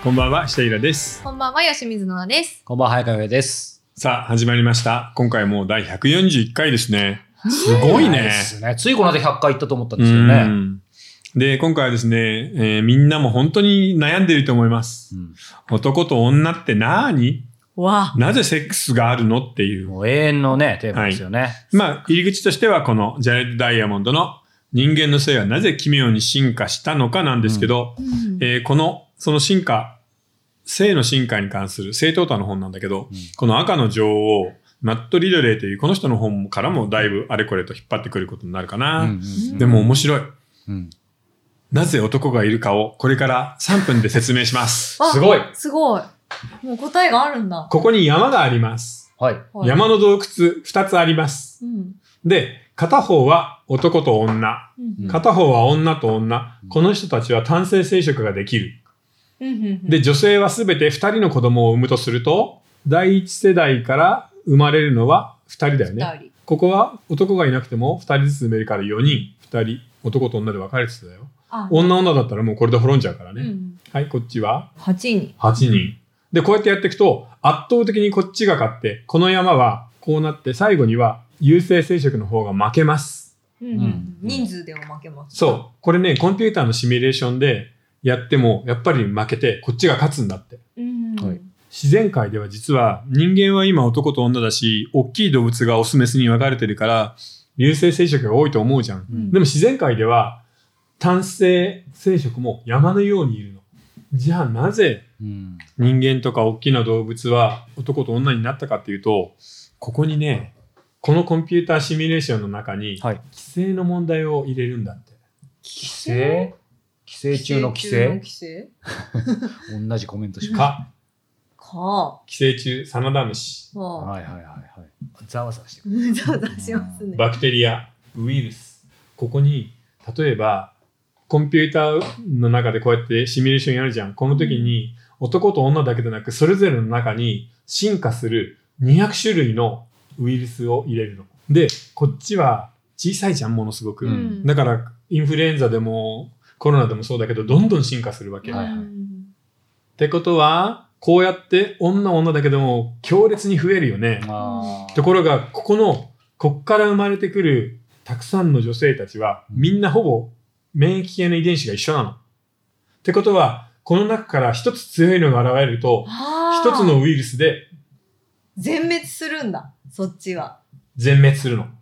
こんばんは、下平です。 こんばんは、吉水野です。 こんばんは、早川です。 さあ、始まりました。今回もう第141回ですね。すごいね。 ですね。ついこの間100回行ったと思ったんですけどね。 で、今回はですね、みんなも本当に悩んでいると思います。男と女って何？なぜセックスがあるのっていう。 もう永遠のね、テーマですよね。 まあ、入り口としてはこのジャレット・ダイヤモンドの人間の性はなぜ奇妙に進化したのかなんですけど、その進化、性の進化に関する性闘多の本なんだけど、この赤の女王、マット・リドレーというこの人の本からもだいぶあれこれと引っ張ってくることになるかな。でも面白い。なぜ男がいるかをこれから3分で説明します。 すごい。 すごい。もう答えがあるんだ。 ここに山があります。 はい。 山の洞窟2つあります。で、片方は男と女。片方は女と女。この人たちは単性生殖ができる。で、女性はすべて2人の子供を産むとすると、第一世代から生まれるのは2人だよね。ここは男がいなくても2人ずつ産めるから4人、2人、男と女で分かれてたよ。女だったらもうこれで滅んじゃうからね。はい、こっちは 8人。 8人。で、こうやってやっていくと、圧倒的にこっちが勝って、この山はこうなって最後には有性生殖の方が負けます。 人数でも負けます。 そう。これね、コンピューターのシミュレーションでやっても、やっぱり負けて、こっちが勝つんだって。自然界では実は、人間は今男と女だし、大きい動物がオスメスに分かれてるから、有性生殖が多いと思うじゃん。でも自然界では、単性生殖も山のようにいるの。じゃあなぜ人間とか大きな動物は男と女になったかっていうと、ここにね、このコンピューターシミュレーションの中に、規制の問題を入れるんだって。 規制？規制中の規制？同じコメントします。 寄生虫、サナダムシ。 ざわざわしてくる。 ざわざわしますね。 バクテリア、ウイルス。ここに、例えば、コンピューターの中でこうやってシミュレーションやるじゃん。この時に、男と女だけでなく、それぞれの中に進化する200種類のウイルスを入れるの。で、こっちは小さいじゃん、ものすごく。だから、インフルエンザでもコロナでもそうだけど、どんどん進化するわけ。ってことは、こうやって女だけでも強烈に増えるよね。ところが、こっから生まれてくるたくさんの女性たちは、みんなほぼ免疫系の遺伝子が一緒なの。ってことは、この中から一つ強いのが現れると、一つのウイルスで全滅するんだ、そっちは。 全滅するの。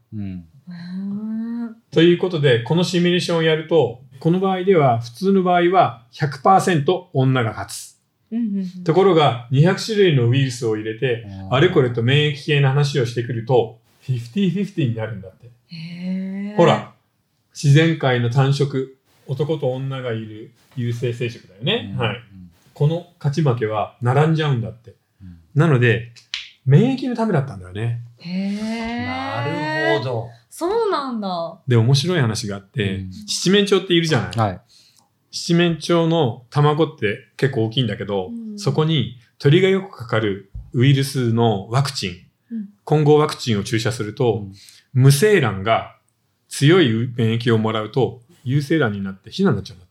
ということで、このシミュレーションをやると、この場合では、普通の場合は 100% 女が勝つ。ところが200種類のウイルスを入れてあれこれと免疫系の話をしてくると 50-50 になるんだって。ほら、自然界の単色、男と女がいる有性生殖だよね。この勝ち負けは並んじゃうんだって。なので免疫のためだったんだよね。 なるほど。 そうなんだ。 で、面白い話があって、七面鳥っているじゃない。七面鳥の卵って結構大きいんだけど、そこに鳥がよくかかるウイルスのワクチン、混合ワクチンを注射すると、無精卵が強い免疫をもらうと、有精卵になってヒナになっちゃうんだって。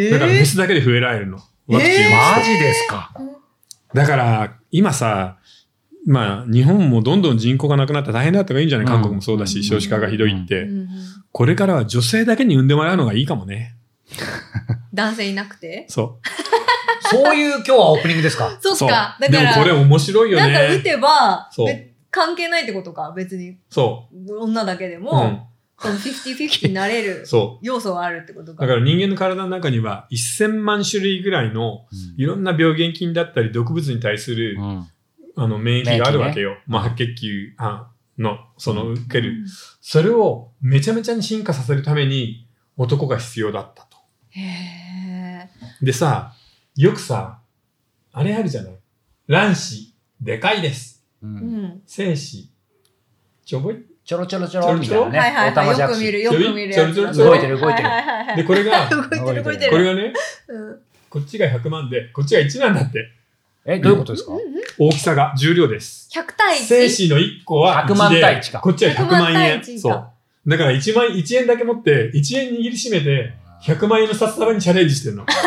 だからメスだけで増えられるの。ワクチンを。 マジですか。 だから今さ、まあ日本もどんどん人口がなくなって大変だった方がいいんじゃない？韓国もそうだし、少子化がひどいって。これからは女性だけに産んでもらうのがいいかもね。 男性いなくて？ そういう今日はオープニングですか？ そっか。だから。でもこれ面白いよね。 なんか打てば、関係ないってことか、別に。女だけでも、その50-50になれる要素があるってことか。 だから人間の体の中には1000万種類ぐらいのいろんな病原菌だったり毒物に対する、免疫があるわけよ。白血球の、受ける。それをめちゃめちゃに進化させるために男が必要だったと。でさ、よくさ、あれあるじゃない？卵子、でかいです。精子、ちょろちょろみたいなね。 よく見るやつ。 動いてる。 で、これがね、こっちが100万で、こっちが1なんだって。 どういうことですか？ 大きさが、重量です。 100対1。 精子の1個は 100万対1か。 こっちは100万円。そう。だから1円だけ持って、1円握りしめて、100万円の札束にチャレンジしてるの。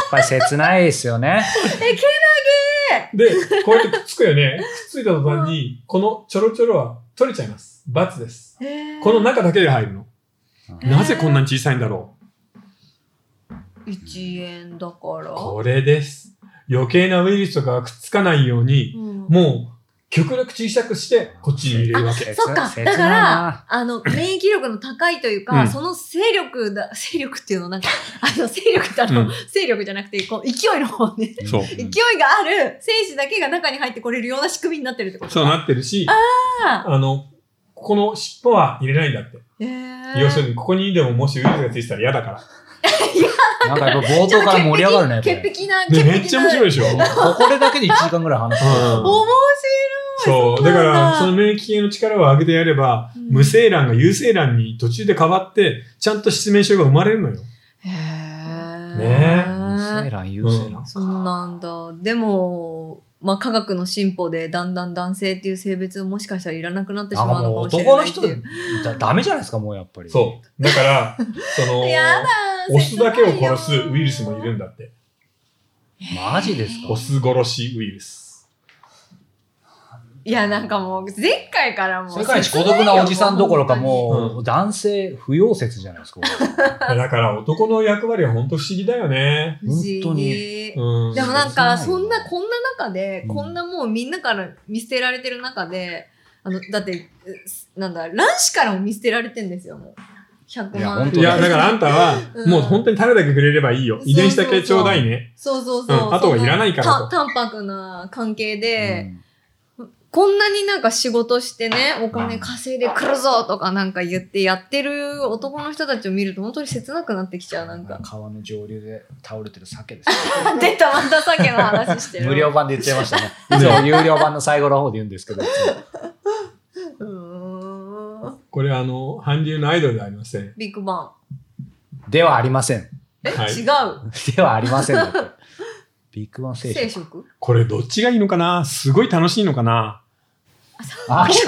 ぱり切ないですよね。 で、こうやってくっつくよね。くっついた途端に、このちょろちょろは取れちゃいます。×です。この中だけで入るの。なぜこんなに小さいんだろう。1円だから。 これです。余計なウイルスとかがくっつかないように、もう、極力小さくして、こっちに入れるわけ。 そっか。だから、免疫力の高いというか、その勢力っていうのなんか、勢力って勢力じゃなくて、こう、勢いの方ね。そう。勢いがある精子だけが中に入ってこれるような仕組みになってるってことそうなってるし、ここの尻尾は入れないんだって。要するに、ここにでももしウイルスがついてたら嫌だから。 なんかやっぱ冒頭から盛り上がるね。 潔癖な。 めっちゃ面白いでしょ。 これだけで1時間ぐらい話してる。 面白い。 そう。だから、その免疫系の力を上げてやれば、無精卵が有精卵に途中で変わって、ちゃんと失明症が生まれるのよ。 へー。 ね無精卵、有精卵。 そうなんだ。でも、まあ、科学の進歩でだんだん男性っていう性別もしかしたらいらなくなってしまうのかもしれない。 男の人ダメじゃないですか、もうやっぱり。 そう。だから、オスだけを殺すウイルスもいるんだって。 マジですか？ オス殺しウイルス。 いや、なんかもう、前回からもう。 世界一孤独なおじさんどころかもう、男性不要説じゃないですか。 だから男の役割は本当不思議だよね。 本当に。でもなんか、こんな中で、こんなもうみんなから見捨てられてる中で、だって、卵子からも見捨てられてんですよ、もう。100万。 いや、だからあんたは、もう本当に種だけくれればいいよ。遺伝子だけちょうだいね。 そう。 あとはいらないからと。 淡白な関係で、こんなになんか仕事してね、お金稼いでくるぞとかなんか言ってやってる男の人たちを見ると本当に切なくなってきちゃう、なんか。 川の上流で倒れてる鮭ですよ。 出た、また鮭の話してる。 無料版で言っちゃいましたね。いつも有料版の最後の方で言うんですけど。 これ韓流のアイドルでありません。 ビッグバン。ではありません。 違う。 ではありません。ビッグバン生殖。 これどっちがいいのかな？すごい楽しいのかな？ 来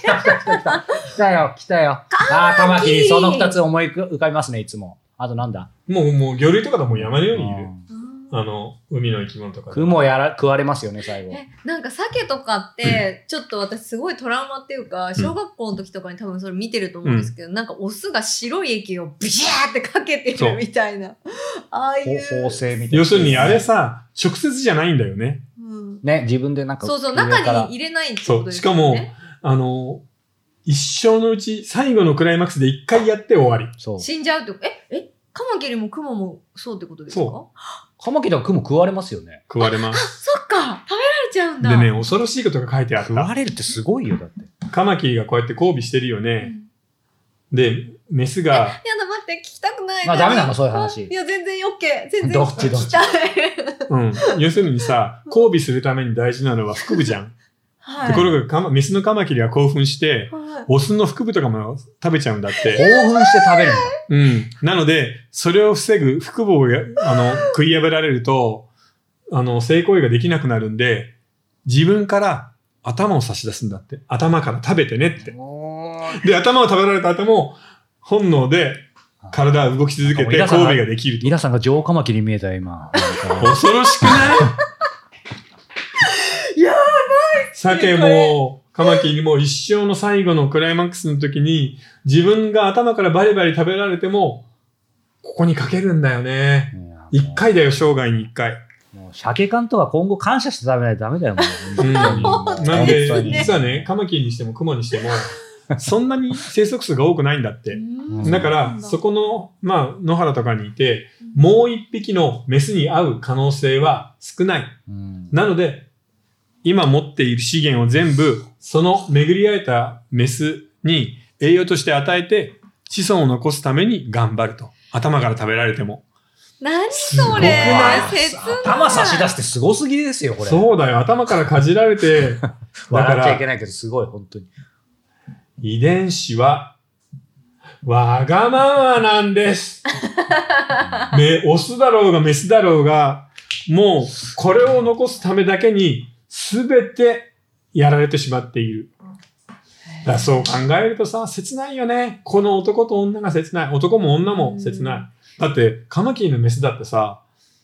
たよ。カマキリ、その2つ思い浮かびますね、いつも。あとなんだ？ もう魚類とかでも山のようにいる。海の生き物とか。 雲食われますよね、最後。 なんか鮭とかって、ちょっと私すごいトラウマっていうか、小学校の時とかに多分それ見てると思うんですけど、なんかオスが白い液をビシャーってかけてるみたいな。ああいう。 縫製みたいな。 要するにあれさ、直接じゃないんだよね。 ね、自分でなんか。 そう、中に入れないってことですよね。 しかも、一生のうち最後のクライマックスで一回やって終わり。 死んじゃうって。カマキリもクモもそうってことですか？そう。 カマキリはクモ食われますよね。 食われます。 そっか。食べられちゃうんだ。 でね、恐ろしいことが書いてあった。 食われるってすごいよ、だって。 カマキリがこうやって交尾してるよね。で、メスが。やだ、 待って、聞きたくない。 まあダメなの、そういう話。 いや、全然 OK。全然。 どっち聞きたい。 要するにさ、交尾するために大事なのは腹部じゃん。ところが、メスのカマキリは興奮して、オスの腹部とかも食べちゃうんだって。 興奮して食べるんだ。なので、それを防ぐ腹部を食い破られると、性行為ができなくなるんで、自分から頭を差し出すんだって。頭から食べてねって。で、頭を食べられた後も、本能で体は動き続けて交尾ができると。 イラさんが女王カマキリ見えたよ、今。 恐ろしくないやばい。 鮭もカマキリも一生の最後のクライマックスの時に自分が頭からバリバリ食べられてもここにかけるんだよね。一回だよ、生涯に一回。 もう鮭缶とは今後感謝して食べないとダメだよ、もう。 なんで、実はね、カマキリにしてもクモにしてもそんなに生息数が多くないんだって。だからそこの野原とかにいてもう一匹のメスに会う可能性は少ない。なので今持っている資源を全部、その巡り合えたメスに栄養として与えて、子孫を残すために頑張ると。頭から食べられても。 何それ？ 頭差し出してすごすぎですよ、これ。 そうだよ。頭からかじられて。 笑っちゃいけないけど、すごい、本当に。 遺伝子は、わがままなんです。オスだろうがメスだろうが、もう、これを残すためだけに、すべてやられてしまっている。だそう考えるとさ、切ないよね。この男と女が切ない。男も女も切ない。だって、カマキリのメスだってさ、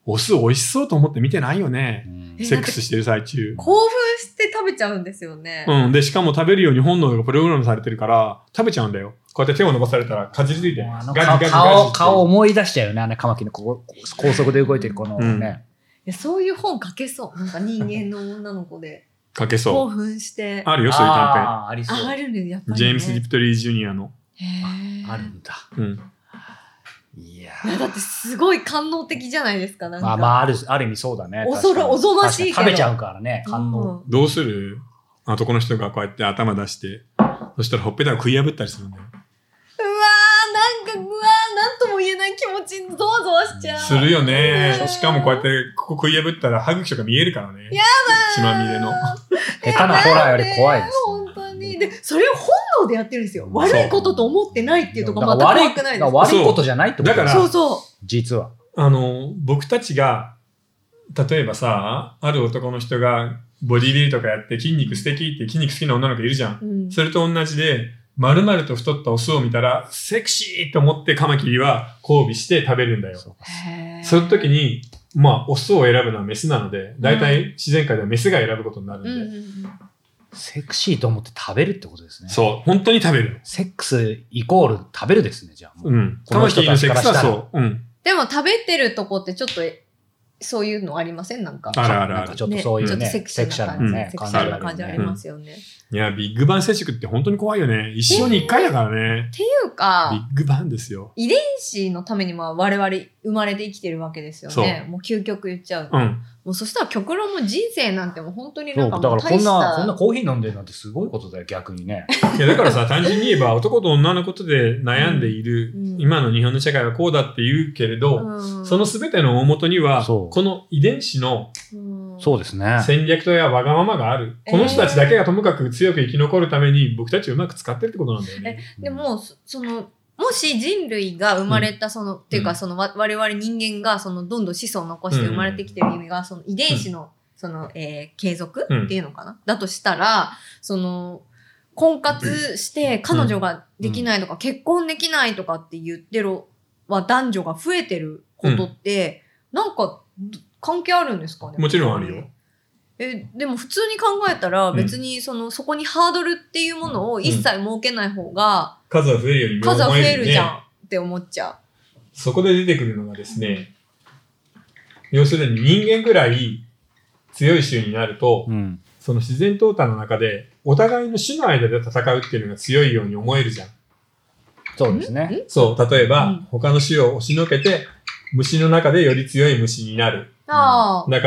オス美味しそうと思って見てないよね。セックスしてる最中。 興奮して食べちゃうんですよね。 うん。で、しかも食べるように本能がプログラムされてるから、食べちゃうんだよ。こうやって手を伸ばされたらかじりついて、ガジガジガジ。 顔思い出しちゃうよね。カマキリの高速で動いてるこのね。 そういう本書けそう。なんか人間の女の子で。 書けそう。 興奮して。 あるよ、そういう短編。 ありそう。 あるね、やっぱり、ね。 ジェームス・ディプトリー・ジュニアの。 あるんだ。 うん。 いやだってすごい官能的じゃないですか。なんかある意味そうだね。 おぞましいけど。 食べちゃうからね、官能。 どうする？男の人がこうやって頭出して、そしたらほっぺたを食い破ったりするんだよ。 なんとも言えない気持ちにゾワゾワしちゃう。 するよね。しかもこうやってここ食い破ったら歯茎とか見えるからね。 やだー。 血まみれの。 下手なホラーより怖いです。 本当に。で、それを本能でやってるんですよ。悪いことと思ってないっていうところまた怖くないですか？ 悪いことじゃないってことだから、 そう。 実は。 僕たちが、例えばさ、ある男の人がボディビルとかやって筋肉素敵って筋肉好きな女の子いるじゃん。それと同じで、丸々と太ったオスを見たら、セクシーと思ってカマキリは交尾して食べるんだよ。その時に、オスを選ぶのはメスなので、だいたい自然界ではメスが選ぶことになるんで。 セクシーと思って食べるってことですね。 そう、本当に食べる。 セックスイコール食べるですね、じゃあ。 カマキリのセックスはそう。 でも食べてるとこってちょっと、そういうのありません？なんか。 ある。 ちょっとそういうね、 セクシーな感じありますよね。 いや、ビッグバン接触って本当に怖いよね。一生に一回だからね。 っていうか、 ビッグバンですよ。 遺伝子のためにも我々生まれて生きてるわけですよね。もう究極言っちゃう。もうそしたら極論も人生なんてもう本当になんかもう大した。 だからこんなコーヒー飲んでるなんてすごいことだよ、逆にね。 いや、だからさ、単純に言えば男と女のことで悩んでいる、今の日本の社会はこうだって言うけれど、その全ての大元には、この遺伝子のそうですね。 戦略とやわがままがある。この人たちだけがともかく強く生き残るために僕たちをうまく使ってるってことなんだよね。 でも、もし人類が生まれたっていうか我々人間がどんどん子孫を残して生まれてきてる意味が、遺伝子の継続っていうのかな、だとしたら、婚活して彼女ができないとか、結婚できないとかって言ってる男女が増えてることって、なんか関係あるんですかね？ もちろんあるよ。 でも普通に考えたら別にそこにハードルっていうものを一切設けない方が、 数は増えるより数は増えるじゃんって思っちゃう。 そこで出てくるのがですね、要するに人間ぐらい強い種になると、その自然淘汰の中でお互いの種の間で戦うっていうのが強いように思えるじゃん。 そうですね。 そう、例えば、他の種を押しのけて虫の中でより強い虫になる。だから、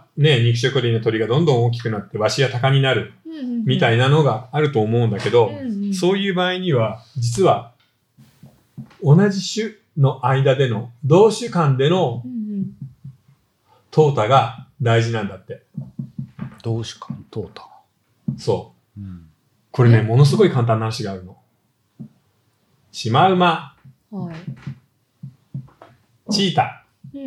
肉食類の鳥がどんどん大きくなってワシやタカになるみたいなのがあると思うんだけど、そういう場合には実は同じ種の間での同種間での淘汰が大事なんだって。 同種間淘汰。 そう。これね、ものすごい簡単な話があるの。シマウマ、チータ。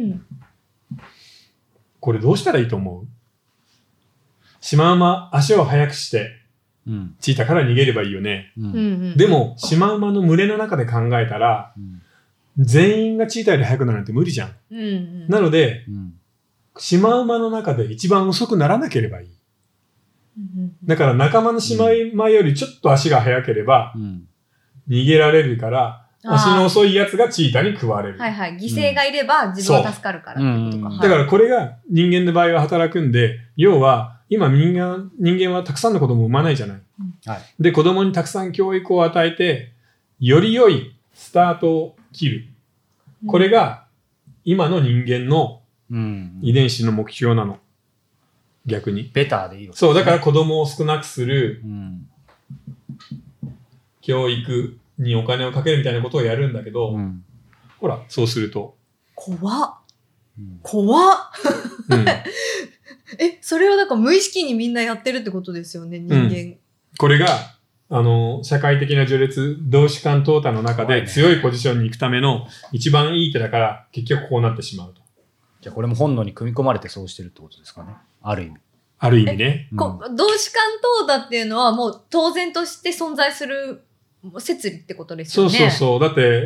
これどうしたらいいと思う？シマウマ、足を速くして、チータから逃げればいいよね。でも、シマウマの群れの中で考えたら、全員がチータより速くなるなんて無理じゃん。なので、シマウマの中で一番遅くならなければいい。だから仲間のシマウマよりちょっと足が速ければ、逃げられるから、足の遅いやつがチータに食われる。 犠牲がいれば自分は助かるからってことか。 だからこれが人間の場合は働くんで、要は今人間はたくさんの子供を産まないじゃない。で、子供にたくさん教育を与えて、より良いスタートを切る。これが今の人間の遺伝子の目標なの。逆に。 ベターでいいの。 そう、だから子供を少なくする、教育にお金をかけるみたいなことをやるんだけど、ほら、そうすると。 怖っ。それをなんか無意識にみんなやってるってことですよね、人間。 これが、社会的な序列、同種間淘汰の中で強いポジションに行くための一番いい手だから、結局こうなってしまうと。 じゃあこれも本能に組み込まれてそうしてるってことですかね。ある意味。 ある意味ね。 同種間淘汰っていうのはもう当然として存在する摂理ってことですよね。 そう。だって、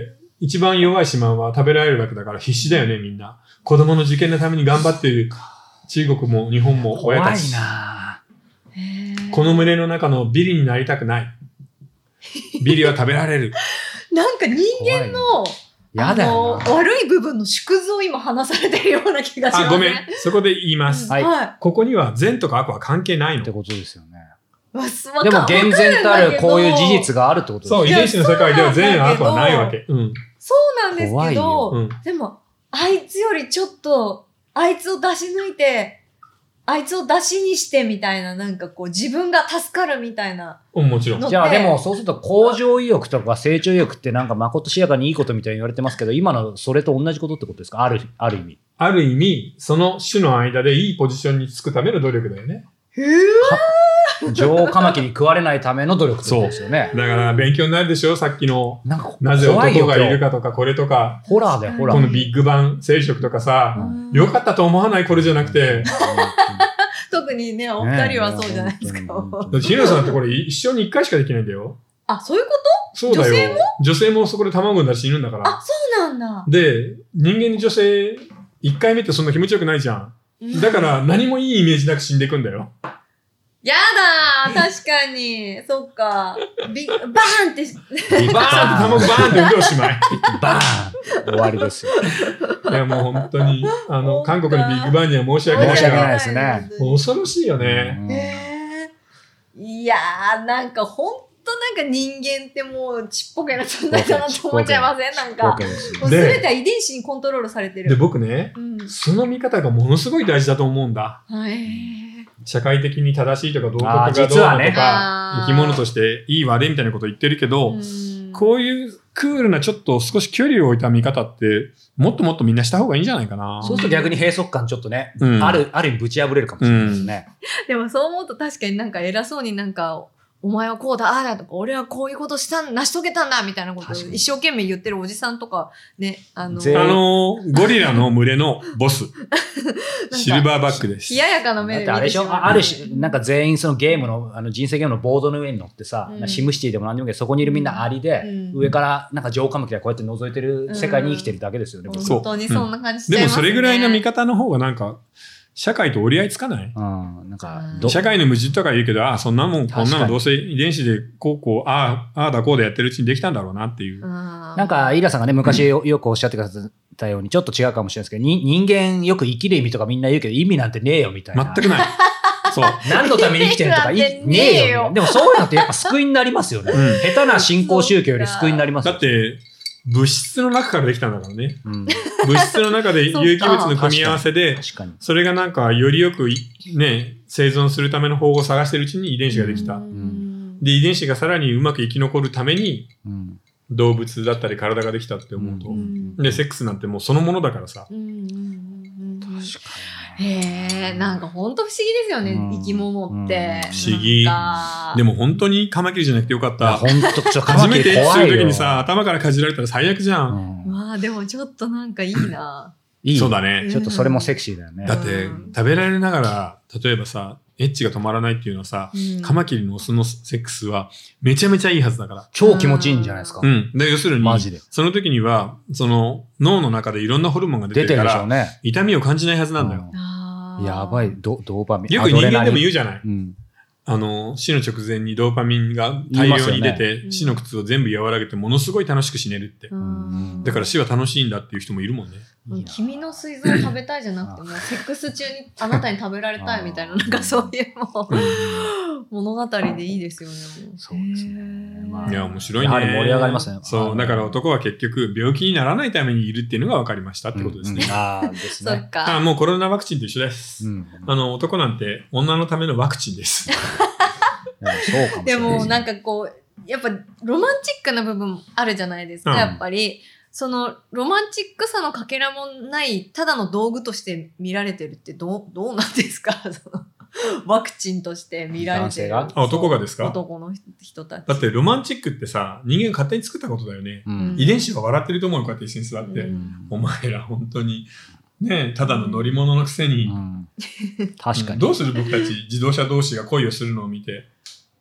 一番弱い島は食べられるわけだから必死だよね、みんな。子供の受験のために頑張っている中国も日本も親たち。 怖いな。 この群れの中のビリになりたくない。ビリは食べられる。 なんか人間の、 やだよな。 悪い部分の縮図を今話されてるような気がしますね。 あ、ごめん。そこで言います。 はい。 ここには善とか悪は関係ないの。 ってことですよね。 でも厳然たるこういう事実があるってことですね。 そう、遺伝子の世界では善や悪はないわけ。 そうなんですけど、でも、あいつよりちょっと、あいつを出し抜いて、あいつを出しにしてみたいな、なんかこう自分が助かるみたいな。 もちろん。 じゃあでもそうすると向上意欲とか成長意欲ってなんかまことしやかにいいことみたいに言われてますけど、今のそれと同じことってことですか？ある意味。 ある意味、その種の間でいいポジションにつくための努力だよね。 女王カマキリ食われないための努力ってことですよね。 だから勉強になるでしょ、さっきの。 なぜ男がいるかとか、これとか。 ホラーでホラー。 このビッグバン生殖とかさ、よかったと思わないこれじゃなくて。 特にね、お二人はそうじゃないですか。 ヒロさんってこれ一生に一回しかできないんだよ。 あ、そういうこと？ そうだよ。女性もそこで卵産んだら死ぬんだから。 あ、そうなんだ。 で、人間に女性、一回目ってそんな気持ちよくないじゃん。だから何もいいイメージなく死んでいくんだよ。 やだー、確かに。そっか。バーンって。 バーンって卵バーンって産んでおしまい。 バーン終わりですよ。 いやもう本当に、韓国のビッグバンには申し訳ない。 申し訳ないですね。 恐ろしいよね。 いやー、なんか本当なんか人間ってもうちっぽけな存在だなと思っちゃいません？なんか。すべては遺伝子にコントロールされてる。 で、僕ね、その見方がものすごい大事だと思うんだ。社会的に正しいとか道徳がどうとか、生き物としていい悪いみたいなことを言ってるけど、こういうクールなちょっと少し距離を置いた見方って、もっともっとみんなした方がいいんじゃないかな。 そうすると逆に閉塞感ちょっとね、ある意味ぶち破れるかもしれないですね。 でもそう思うと確かになんか偉そうになんか、お前はこうだ、ああだとか、俺はこういうこと成し遂げたんだみたいなことを一生懸命言ってるおじさんとか、ね、 ゴリラの群れのボス、シルバーバックです。 冷ややかな目で見てしまう。 あれでしょ？ある種、なんか全員そのゲームの、人生ゲームのボードの上に乗ってさ、シムシティでも何でもいいけど、そこにいるみんなアリで、上からなんか女王カマキリがこうやって覗いてる世界に生きてるだけですよね。 本当にそんな感じしちゃでもいますね。 それぐらいの見方の方がなんか、社会と折り合いつかない？ なんか社会の無人とか言うけど、そんなもん、こんなのどうせ遺伝子でこう、ああだこうでやってるうちにできたんだろうなっていう。 なんか、イラさんがね、昔よくおっしゃってくださったように、ちょっと違うかもしれないですけど、人間よく生きる意味とかみんな言うけど、意味なんてねえよみたいな。 全くない。そう。 何のために生きてるとかねえよ。でもそういうのってやっぱ救いになりますよね。下手な信仰宗教より救いになりますよ。 だって、物質の中からできたんだからね。物質の中で有機物の組み合わせで、それがなんかよりよくね、生存するための方法を探してるうちに遺伝子ができた。で、遺伝子がさらにうまく生き残るために、動物だったり体ができたって思うと。で、セックスなんてもうそのものだからさ。確かに。なんか本当不思議ですよね、生き物って。 不思議。でも本当にカマキリじゃなくてよかった。 本当初めてエッチするときにさ、頭からかじられたら最悪じゃん。 まあでもちょっとなんかいいな。 そうだね。 ちょっとそれもセクシーだよね。 だって食べられながら、例えばさ、エッチが止まらないっていうのはさ、カマキリのオスのセックスはめちゃめちゃいいはずだから。 超気持ちいいんじゃないですか。 で、要するに、その時には、その脳の中でいろんなホルモンが出てるから、痛みを感じないはずなんだよ。 やばい、ドーパミン。 よく人間でも言うじゃない。死の直前にドーパミンが大量に出て、死の苦痛を全部和らげてものすごい楽しく死ねるって。だから死は楽しいんだっていう人もいるもんね。 君の膵臓を食べたいじゃなくても、セックス中にあなたに食べられたいみたいな、なんかそういうもう、物語でいいですよね。 そうですね。 いや、面白いね。 やはり盛り上がりますね。 そう、だから男は結局病気にならないためにいるっていうのが分かりましたってことですね。 ですね。 そっか。 もうコロナワクチンと一緒です。男なんて女のためのワクチンです。 でもなんかこう、やっぱロマンチックな部分あるじゃないですか、やっぱり。そのロマンチックさのかけらもないただの道具として見られてるってどうなんですか？そのワクチンとして見られてる。 男がですか？ 男の人たち。 だってロマンチックってさ、人間が勝手に作ったことだよね。遺伝子が笑ってると思うよ、こうやって一緒に座って。お前ら本当に。ね、ただの乗り物のくせに。 確かに。 どうする僕たち自動車同士が恋をするのを見て。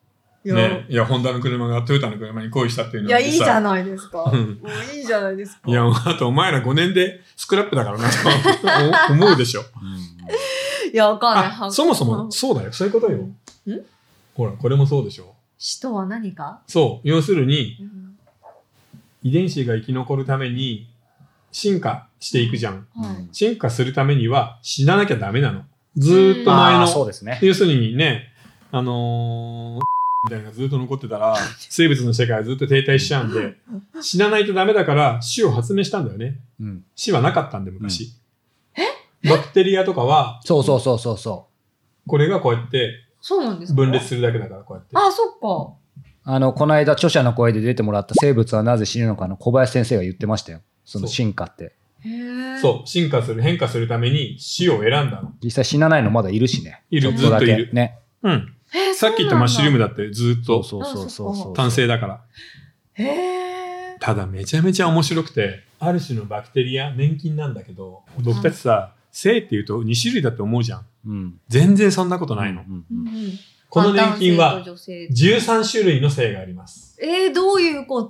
ね、いや、ホンダの車がトヨタの車に恋したっていうのは。いや、いいじゃないですか。もういいじゃないですか。 いや、あとお前ら5年でスクラップだからなと思うでしょ。 いや、わかんない。 そもそも、そうだよ。そういうことよ。ほら、これもそうでしょ。 死とは何か？ そう。要するに、遺伝子が生き残るために進化していくじゃん。進化するためには死ななきゃダメなの。ずーっと前の。 そうですね。 要するにね、みたいなのがずっと残ってたら、生物の世界はずっと停滞しちゃうんで、死なないとダメだから死を発明したんだよね。死はなかったんで、昔。バクテリアとかは、 そう。 これがこうやって、分裂するだけだから、こうやって。 あ、そっか。 この間、著者の声で出てもらった生物はなぜ死ぬのかの小林先生が言ってましたよ。その進化って。 そう、進化する、変化するために死を選んだの。 実際死なないのまだいるしね。 いる、ずっといる。 ね。 うん。さっき言ったマッシュルームだってずっと単性だから。ただめちゃめちゃ面白くて、ある種のバクテリア、粘菌なんだけど、僕たちさ、性って言うと2種類だって思うじゃん。全然そんなことないの。この粘菌は13種類の性があります。 どういうこと？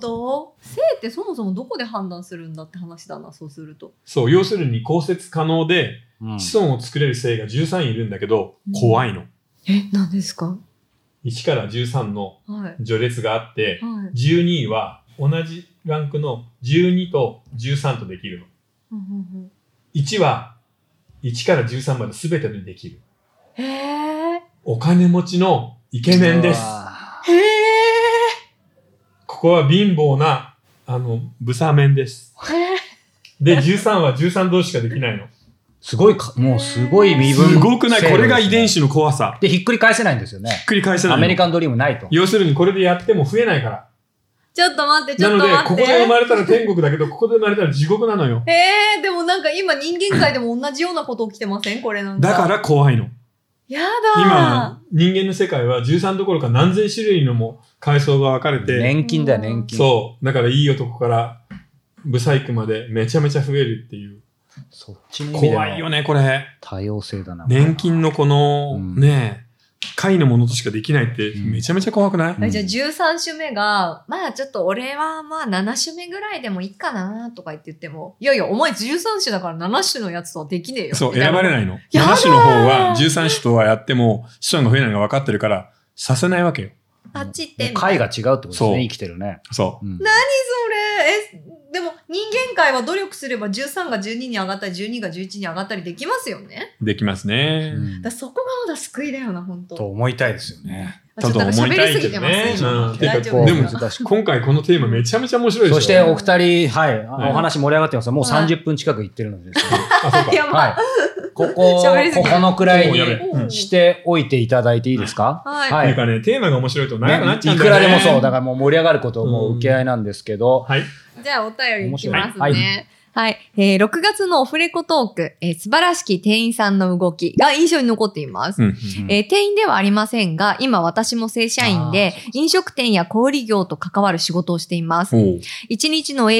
性ってそもそもどこで判断するんだって話だな、そうすると。 そう、要するに交接可能で子孫を作れる性が13いるんだけど、怖いの。 何ですか ？1から13の序列があって、12位は同じランクの12と13とできるの。1は1から13まで全てでできる。お金持ちのイケメンです。ここは貧乏な、ブサメンです。で、13は13同士しかできないの。 すごいもうすごい身分。 すごくない？これが遺伝子の怖さ。 で、ひっくり返せないんですよね。 ひっくり返せない。 アメリカンドリームないと。 要するにこれでやっても増えないから。 ちょっと待って。なので、ここで生まれたら天国だけど、ここで生まれたら地獄なのよ。 でもなんか今人間界でも同じようなこと起きてません？これなんか。 だから怖いの。 やだ。 今、人間の世界は13どころか何千種類のも階層が分かれて。 年金だよ、年金。 そう。だからいい男からブサイクまでめちゃめちゃ増えるっていう。 そっちの意味で怖いよね、これ。 多様性だな。 年金のこの、ね、下位のものとしかできないってめちゃめちゃ怖くない？ じゃあ13種目が、まあちょっと俺はまあ7種目ぐらいでもいいかなとか言っても、いやいやお前13種だから7種のやつとはできねえよ。 そう、選ばれないの。7種の方は13種とはやっても子孫が増えないのが分かってるから、させないわけよ。 あっちって。 回が違うってことですね、生きてるね。 そう。 何それ？でも人間界は努力すれば13が12に上がったり12が11に上がったりできますよね。 できますね。 そこがまだ救いだよな、本当。 と思いたいですよね。 ちょっと思いたいけどね。 でも今回このテーマめちゃめちゃ面白いですよ。 そしてお二人、はい、お話盛り上がってます。もう30分近くいってるのでですね。はい。このくらいにしておいていただいていいですか？ はい。 なんかね、テーマが面白いと長くなっちゃうんだよね。いくらでもそう。だからもう盛り上がることも受け合いなんですけど。 はい。 じゃあお便りいきますね。はい。6月のオフレコトーク、素晴らしき店員さんの動きが印象に残っています。店員ではありませんが、今私も正社員で、飲食店や小売業と関わる仕事をしています。1日の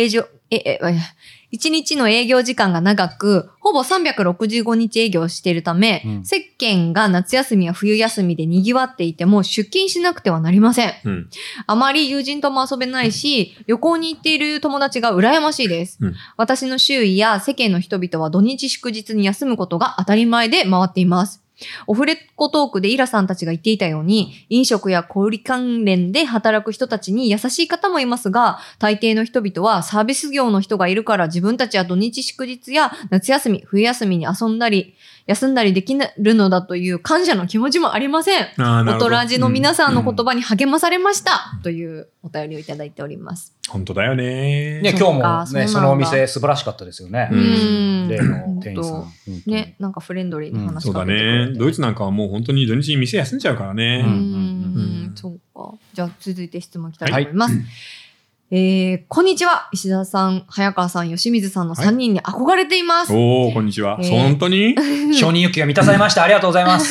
営業時間が長く、ほぼ365日営業をしているため、世間が夏休みや冬休みで賑わっていても出勤しなくてはなりません。あまり友人とも遊べないし、旅行に行っている友達が羨ましいです。私の周囲や世間の人々は土日祝日に休むことが当たり前で回っています。オフレコトークでイラさんたちが言っていたように、飲食や小売関連で働く人たちに優しい方もいますが、大抵の人々はサービス業の人がいるから自分たちは土日祝日や夏休み、冬休みに休んだりできるのだという感謝の気持ちもありません。おとらじの皆さんの言葉に励まされました、というお便りをいただいております。 本当だよね。 ね、今日もね、そのお店素晴らしかったですよね。例の店員さん。 ね、なんかフレンドリーな話そうだね。ドイツなんかはもう本当に土日に店休んじゃうからね。 そうか。じゃあ続いて質問いきたいと思います。こんにちは。石田さん、早川さん、吉水さんの3人に憧れています。 こんにちは。本当に承認欲求が満たされました。ありがとうございます。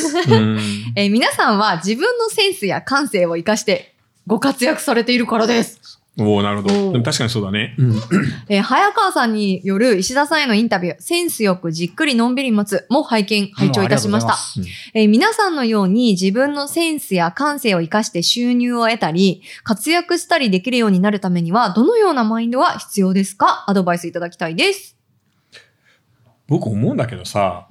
皆さんは自分のセンスや感性を生かしてご活躍されているからです。 なるほど。でも確かにそうだね。 早川さんによる石田さんへのインタビュー、センスよくじっくりのんびり待つも拝聴いたしました。皆さんのように自分のセンスや感性を生かして収入を得たり、活躍したりできるようになるためには、どのようなマインドが必要ですか？アドバイスいただきたいです。 僕思うんだけどさ、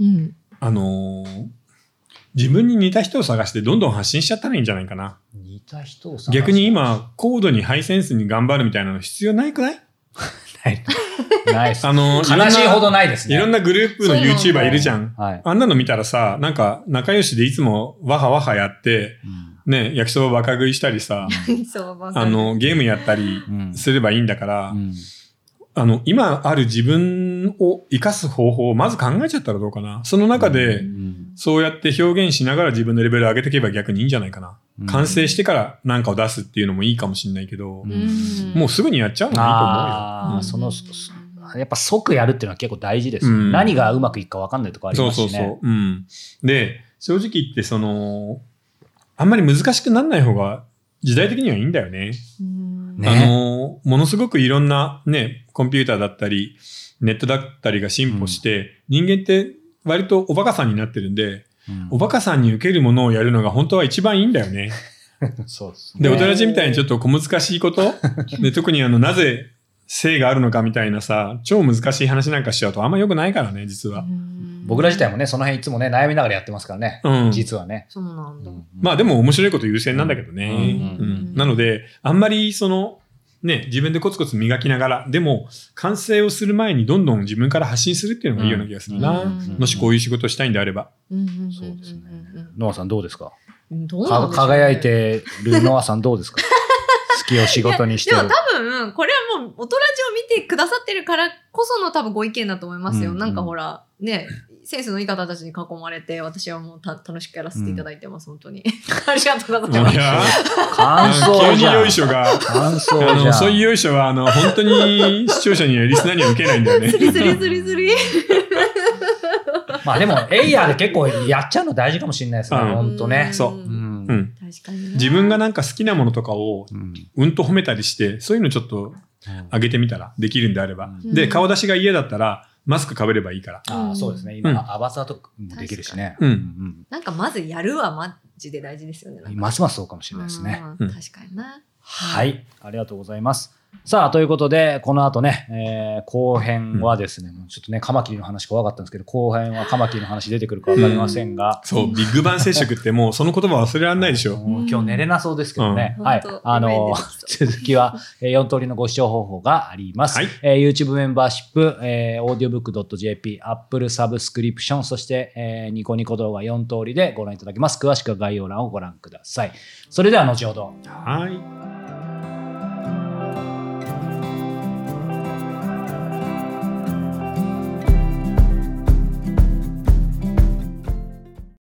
自分に似た人を探してどんどん発信しちゃったらいいんじゃないかな。 似た人を探して逆に今高度にハイセンスに頑張るみたいなの必要ないくない？ ないです。悲しいほどないですね。 いろんなグループの YouTuber いるじゃん。 はい、 あんなの見たらさ、なんか仲良しでいつもワハワハやって、ね、焼きそばバカ食いしたりさ、ゲームやったりすればいいんだから、今ある自分を生かす方法をまず考えちゃったらどうかな。その中で、そうやって表現しながら自分のレベルを上げていけば逆にいいんじゃないかな。完成してから何かを出すっていうのもいいかもしれないけど、もうすぐにやっちゃうのがいいと思うよ。 やっぱ即やるっていうのは結構大事ですよ。何がうまくいくか分かんないところありますしね。 で、正直言ってあんまり難しくならない方が時代的にはいいんだよね。ものすごくいろんなね、コンピューターだったり、ネットだったりが進歩して、人間って割とおバカさんになってるんで、おバカさんに受けるものをやるのが本当は一番いいんだよね。 そうですね。 で、おとらじみたいにちょっと小難しいことで、特になぜ性があるのかみたいなさ、超難しい話なんかしちゃうとあんま良くないからね、実は。 僕ら自体もね、その辺いつもね、悩みながらやってますからね。実はね。 そうなんだ。 まあでも面白いこと優先なんだけどね。なので、あんまりね、自分でコツコツ磨きながら、でも完成をする前にどんどん自分から発信するっていうのがいいような気がするな。もしこういう仕事をしたいんであれば。 そうですね。ノアさんどうですか？ 輝いてるノアさんどうですか？好きを仕事にしてる。 でも多分、これはもう、おとらじを見てくださってるからこその多分ご意見だと思いますよ。なんかほら、ね、センスのいい方たちに囲まれて、私はもう楽しくやらせていただいてます、本当に。ありがとうございます。 感想じゃん。 急によいしょが。 感想じゃん。 そういうよいしょは、本当に視聴者にはリスナーには受けないんだよね。 スリスリスリスリ。 まあでも、エイヤーで結構やっちゃうの大事かもしれないですね。本当ね。 そう。自分がなんか好きなものとかをと褒めたりして、そういうのちょっと上げてみたら、できるんであれば。で、顔出しが嫌だったら、マスク被ればいいから。 そうですね。今、アバターとかもできるしね。 なんかまずやるはマジで大事ですよね。 ますますそうかもしれないですね。 確かにな。 はい。ありがとうございます。さあ、ということで、この後ね、後編はですね、ちょっとね、カマキリの話怖かったんですけど、後編はカマキリの話出てくるかわかりませんが。 そう、ビッグバン接触ってもうその言葉忘れられないでしょ。 今日寝れなそうですけどね。はい。続きは、4通りのご視聴方法があります。YouTube メンバーシップ、audiobook.jp、Apple サブスクリプション、そして、ニコニコ動画4通りでご覧いただけます。詳しくは概要欄をご覧ください。それでは後ほど。 はい。